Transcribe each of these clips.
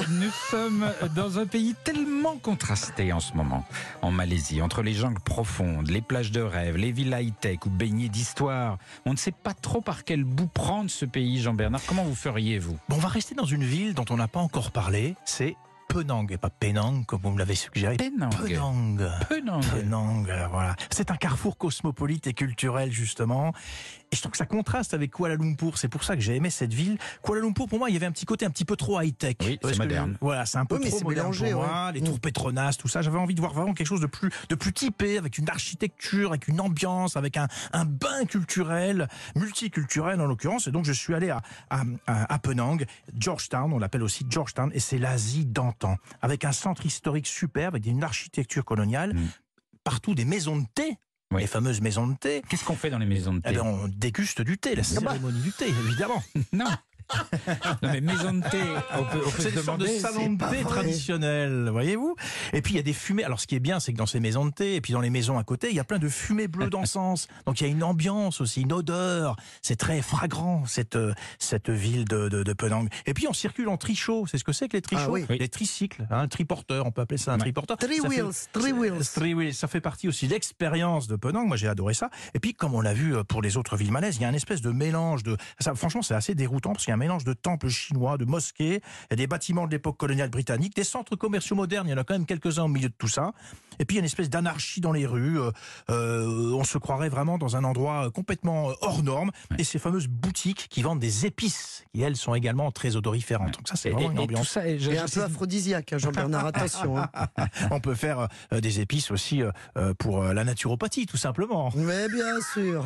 Nous sommes dans un pays tellement contrasté en ce moment, en Malaisie, entre les jungles profondes, les plages de rêve, les villes high-tech ou baignées d'histoire. On ne sait pas trop par quel bout prendre ce pays, Jean-Bernard. Comment vous feriez, vous ? Bon, on va rester dans une ville dont on n'a pas encore parlé, c'est Penang, et pas Penang comme vous me l'avez suggéré. Penang. Penang, voilà. C'est un carrefour cosmopolite et culturel, justement. Et je trouve que ça contraste avec Kuala Lumpur. C'est pour ça que j'ai aimé cette ville. Kuala Lumpur, pour moi, il y avait un petit côté un petit peu trop high-tech. Oui, c'est moderne. Voilà, c'est un peu trop moderne pour moi. Les tours Petronas, tout ça. J'avais envie de voir vraiment quelque chose de plus typé, avec une architecture, avec une ambiance, avec un bain culturel, multiculturel en l'occurrence. Et donc, je suis allé à Penang, Georgetown, on l'appelle aussi Georgetown, et c'est l'Asie d'antan, avec un centre historique superbe, avec une architecture coloniale, partout des maisons de thé. Oui. Les fameuses maisons de thé. Qu'est-ce qu'on fait dans les maisons de thé ? Eh bien, on déguste du thé, la cérémonie du thé, évidemment. Non. Non mais maison de thé, on peut c'est se une sorte de demander. salon de thé traditionnel, voyez-vous. Et puis il y a des fumées. Alors ce qui est bien, c'est que dans ces maisons de thé, et puis dans les maisons à côté, il y a plein de fumées bleues d'encens. Donc il y a une ambiance aussi, une odeur. C'est très fragrant cette ville de Penang. Et puis on circule en trichot. C'est ce que c'est que les trichots ? Ah oui. Les tricycles, un triporteur, on peut appeler ça un triporteur. Three wheels. Ça fait partie aussi de l'expérience de Penang. Moi j'ai adoré ça. Et puis comme on l'a vu pour les autres villes malaises, il y a une espèce de mélange de. Ça, franchement, c'est assez déroutant parce qu'il y a un mélange de temples chinois, de mosquées, il y a des bâtiments de l'époque coloniale britannique, des centres commerciaux modernes, il y en a quand même quelques-uns au milieu de tout ça. Et puis il y a une espèce d'anarchie dans les rues. On se croirait vraiment dans un endroit complètement hors norme. Et ces fameuses boutiques qui vendent des épices, qui elles sont également très odoriférantes. Donc ça c'est vraiment une ambiance. Tout ça, Et un peu aphrodisiaque, hein, Jean-Bernard, attention. Hein. On peut faire des épices aussi pour la naturopathie, tout simplement. Mais bien sûr.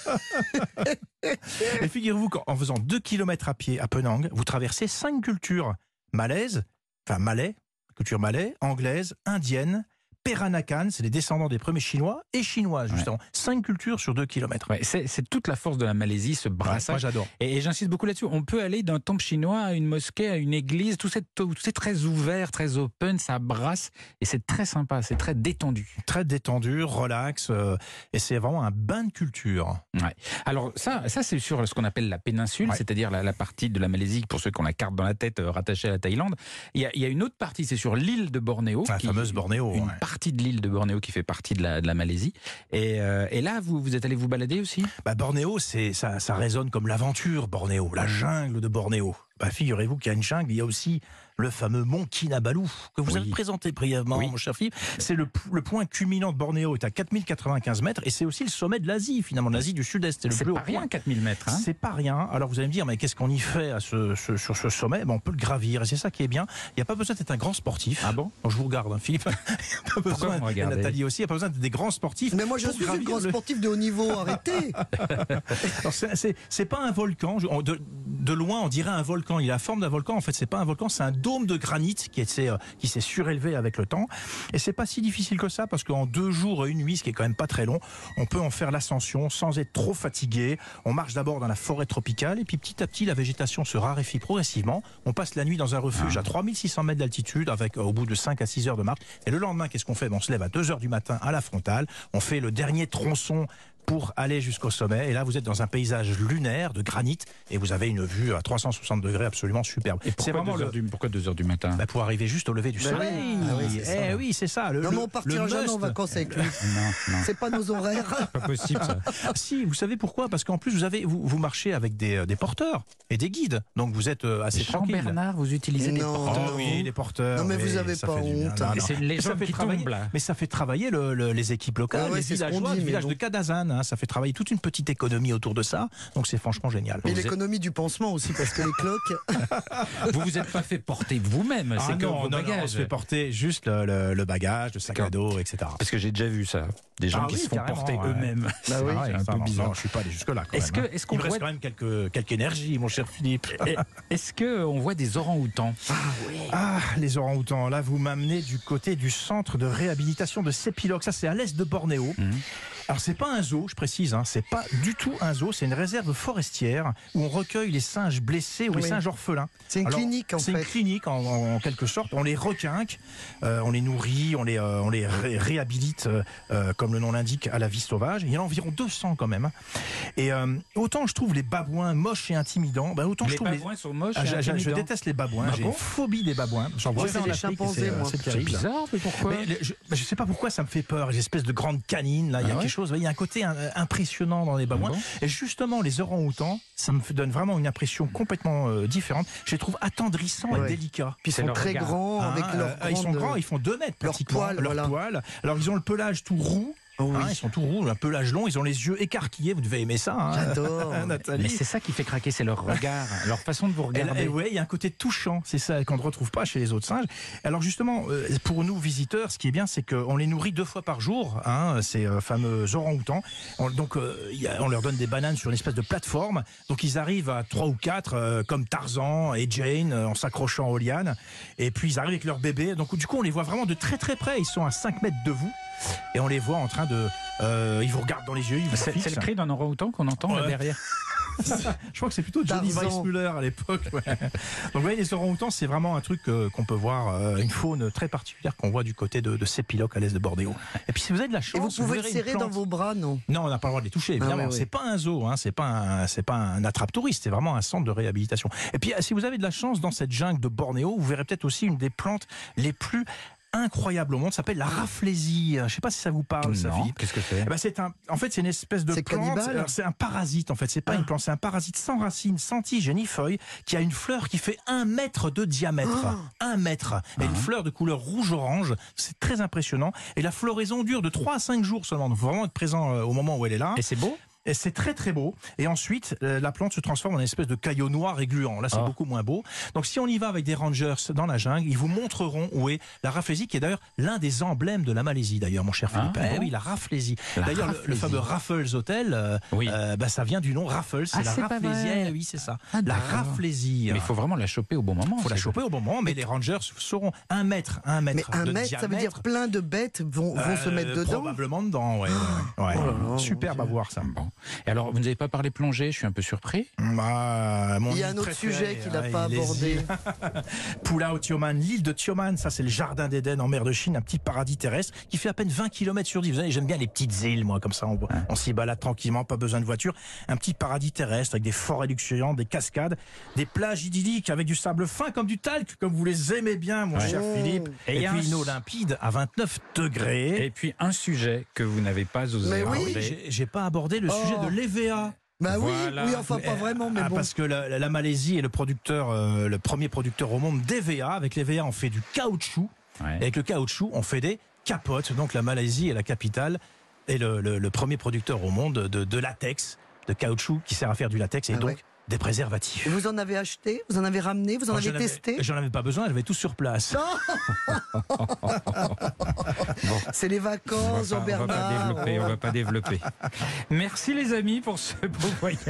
Et figurez-vous qu'en faisant 2 kilomètres à pied à Penang, vous traversez 5 cultures malaises, enfin malais, culture malais, anglaise, indienne, Peranakan, c'est les descendants des premiers Chinois et Chinoises, justement. 5 cultures sur 2 kilomètres. Ouais, c'est toute la force de la Malaisie, ce brassage. Moi j'adore. Et j'insiste beaucoup là-dessus. On peut aller d'un temple chinois à une mosquée, à une église. Tout c'est très ouvert, très open, ça brasse. Et c'est très sympa, c'est très détendu. Très détendu, relax. Et c'est vraiment un bain de culture. Ouais. Alors ça c'est sur ce qu'on appelle la péninsule, c'est-à-dire la partie de la Malaisie, pour ceux qui ont la carte dans la tête, rattachée à la Thaïlande. Il y a une autre partie, c'est sur l'île de Bornéo. La fameuse Bornéo. Une partie de l'île de Bornéo qui fait partie de la Malaisie. Et là, vous êtes allé vous balader aussi ? Bornéo, ça résonne comme l'aventure Bornéo, la jungle de Bornéo. Figurez-vous qu'il y a une jungle, il y a aussi le fameux mont Kinabalu, que vous avez présenté brièvement, mon cher Philippe. C'est le point culminant de Bornéo, est à 4095 mètres, et c'est aussi le sommet de l'Asie, finalement, de l'Asie du Sud-Est. C'est pas rien, 4000 mètres. Hein. C'est pas rien. Alors vous allez me dire, mais qu'est-ce qu'on y fait sur ce sommet ? On peut le gravir, et c'est ça qui est bien. Il n'y a pas besoin d'être un grand sportif. Ah bon ? Donc, je vous regarde, hein, Philippe. Il n'y a pas besoin, et Nathalie aussi, il n'y a pas besoin d'être des grands sportifs. Mais moi je suis un grand sportif de haut niveau, arrêtez. Alors, c'est pas un volcan. De loin, on dirait un volcan. Il a la forme d'un volcan. En fait, c'est pas un volcan, c'est un dôme de granit qui s'est surélevé avec le temps. Et c'est pas si difficile que ça, parce qu'en 2 jours et 1 nuit, ce qui est quand même pas très long, on peut en faire l'ascension sans être trop fatigué. On marche d'abord dans la forêt tropicale, et puis petit à petit, la végétation se raréfie progressivement. On passe la nuit dans un refuge à 3600 mètres d'altitude, avec au bout de 5 à 6 heures de marche. Et le lendemain, qu'est-ce qu'on fait ? On se lève à 2 heures du matin à la frontale. On fait le dernier tronçon pour aller jusqu'au sommet. Et là, vous êtes dans un paysage lunaire de granit, et vous avez une vue à 360 degrés absolument superbe. Et pourquoi 2 heures du matin ? Pour arriver juste au lever du soleil. Oui, c'est ça. Non, mais on partira jamais en vacances avec lui. Non. C'est pas nos horaires. Pas possible, ça. Si, vous savez pourquoi ? Parce qu'en plus, vous marchez avec des porteurs et des guides. Donc vous êtes assez tranquille. Jean-Bernard, vous utilisez des porteurs ? Oh oui, les porteurs. Non, mais vous avez pas honte. C'est une légende qui tombe, là. Mais ça fait travailler les équipes locales, les villageois du village de Kadazan. Ça fait travailler toute une petite économie autour de ça. Donc c'est franchement génial. Et l'économie du pansement aussi, parce que les cloques... Vous vous êtes pas fait porter vous-même, c'est que vos bagages. On se fait porter juste le bagage, le sac à dos, etc. Parce que j'ai déjà vu ça. Des gens qui se font porter eux-mêmes. C'est un peu bizarre. Je suis pas allé jusque-là. Est-ce qu'on reste quand même quelque énergie, mon cher Philippe. Est-ce qu'on voit des orang-outans ? Les orang-outans. Là, vous m'amenez du côté du centre de réhabilitation de Sepilok. Ça, c'est à l'est de Bornéo. Alors c'est pas un zoo, je précise, hein, c'est pas du tout un zoo, c'est une réserve forestière où on recueille les singes blessés ou les singes orphelins. C'est une clinique en fait. C'est une clinique en quelque sorte. On les requinque, on les nourrit, on les réhabilite, comme le nom l'indique, à la vie sauvage. Il y en a environ 200 quand même. Et autant je trouve les babouins moches et intimidants, autant je trouve les babouins sont moches. je déteste les babouins. J'ai une phobie des babouins. J'en vois c'est en des Afrique, chimpanzés, moi. c'est C'est terrible. bizarre, mais pourquoi? Je sais pas pourquoi ça me fait peur. J'ai une espèce de grande canine là. Il y a quelque chose. Il y a un côté impressionnant dans les babouins. Bon. Et justement, les orang-outans, ça me donne vraiment une impression complètement différente. Je les trouve attendrissants et délicats. Puis ils sont leur très regard. grands avec leurs Ils sont grandes- grands, ils font 2 mètres leurs pratiquement. poils, Leurs voilà. poils. Alors ils ont le pelage tout roux. Oh oui. Ils sont tout roux, un pelage long, ils ont les yeux écarquillés. Vous devez aimer ça, J'adore. Nathalie. Mais c'est ça qui fait craquer, c'est leur regard, leur façon de vous regarder. Ouais, il y a un côté touchant, c'est ça qu'on ne retrouve pas chez les autres singes. Alors justement, pour nous visiteurs, ce qui est bien, c'est qu'on les nourrit 2 fois par jour, ces fameux orang-outans. Donc on leur donne des bananes sur une espèce de plateforme. Donc ils arrivent à 3 ou 4, comme Tarzan et Jane, en s'accrochant aux lianes. Et puis ils arrivent avec leur bébé. Donc du coup, on les voit vraiment de très très près. Ils sont à 5 mètres de vous. Et on les voit en train de... ils vous regardent dans les yeux, ils vous C'est fixent. le cri d'un orang-outan qu'on entend là derrière. Je crois que c'est plutôt Johnny Tarzan. Weissmuller à l'époque. Ouais. Donc vous voyez, les orang-outans, c'est vraiment un truc qu'on peut voir, une faune très particulière qu'on voit du côté de Sépiloc à l'est de Bornéo. Et puis si vous avez de la chance, Et vous pouvez le verrez une serrer dans plante. vos bras, non? Non, on n'a pas le droit de les toucher, évidemment. Ah oui, oui. C'est pas un zoo, c'est pas un attrape-touriste, c'est vraiment un centre de réhabilitation. Et puis si vous avez de la chance dans cette jungle de Bornéo, vous verrez peut-être aussi une des plantes les plus incroyable au monde, s'appelle la raflésie. Je ne sais pas si ça vous parle, ça, Non, Philippe. qu'est-ce que c'est? En fait, c'est une espèce de C'est plante. cannibale. Alors, c'est un parasite, en fait. C'est pas une plante, c'est un parasite sans racines, sans tige ni feuilles, qui a une fleur qui fait 1 mètre de diamètre. 1 mètre. Et une fleur de couleur rouge-orange. C'est très impressionnant. Et la floraison dure de 3 à 5 jours seulement. Donc, faut vraiment être présent au moment où elle est là. Et c'est beau? Et c'est très très beau. Et ensuite, la plante se transforme en une espèce de caillot noir et gluant. Là, c'est beaucoup moins beau. Donc, si on y va avec des rangers dans la jungle, ils vous montreront où est la raflésie, qui est d'ailleurs l'un des emblèmes de la Malaisie, d'ailleurs, mon cher Philippe. bon Oui, la raflésie. La D'ailleurs, le raflésie. fameux Raffles Hotel, Oui. ça vient du nom Raffles. C'est la c'est pas raflésie. vrai. Oui, c'est ça. Ah, la d'accord. raflésie. Mais il faut vraiment la choper au bon moment. Il faut la c'est- choper au bon moment, mais les rangers sauront 1 mètre, 1 mètre Mais 1 de mètre, ça veut dire diamètre. plein de bêtes vont se mettre dedans. Probablement dedans, ouais. Ouais. Oh là là, Superbe mon à Dieu. voir, ça. Bon. Et alors, vous n'avez pas parlé plongée, je suis un peu surpris. Il y a un autre sujet qu'il n'a pas abordé. Pulau Tioman, l'île de Tioman, ça c'est le jardin d'Éden en mer de Chine, un petit paradis terrestre qui fait à peine 20 km sur 10. Vous savez, j'aime bien les petites îles, moi, comme ça, on s'y balade tranquillement, pas besoin de voiture. Un petit paradis terrestre avec des forêts luxuriantes, des cascades, des plages idylliques avec du sable fin comme du talc, comme vous les aimez bien, mon cher Philippe. Et il Et y a puis un- une eau limpide à 29 degrés. Et puis, un sujet que vous n'avez pas osé Mais oui. aborder. J'ai pas abordé le sujet de l'EVA. Bah oui, Voilà. oui, enfin pas vraiment, mais bon. Parce que la Malaisie est le premier producteur au monde d'EVA. Avec l'EVA, on fait du caoutchouc. Ouais. Et avec le caoutchouc, on fait des capotes. Donc la Malaisie est la capitale et le premier producteur au monde de latex, de caoutchouc qui sert à faire du latex et Ah donc ouais. des préservatifs. Et vous en avez acheté? Vous en avez ramené? Vous en avez testé? J'en avais pas besoin, j'avais tout sur place. C'est les vacances, On va pas Jean-Bernard. développer, on va pas développer. Merci les amis pour ce beau voyage.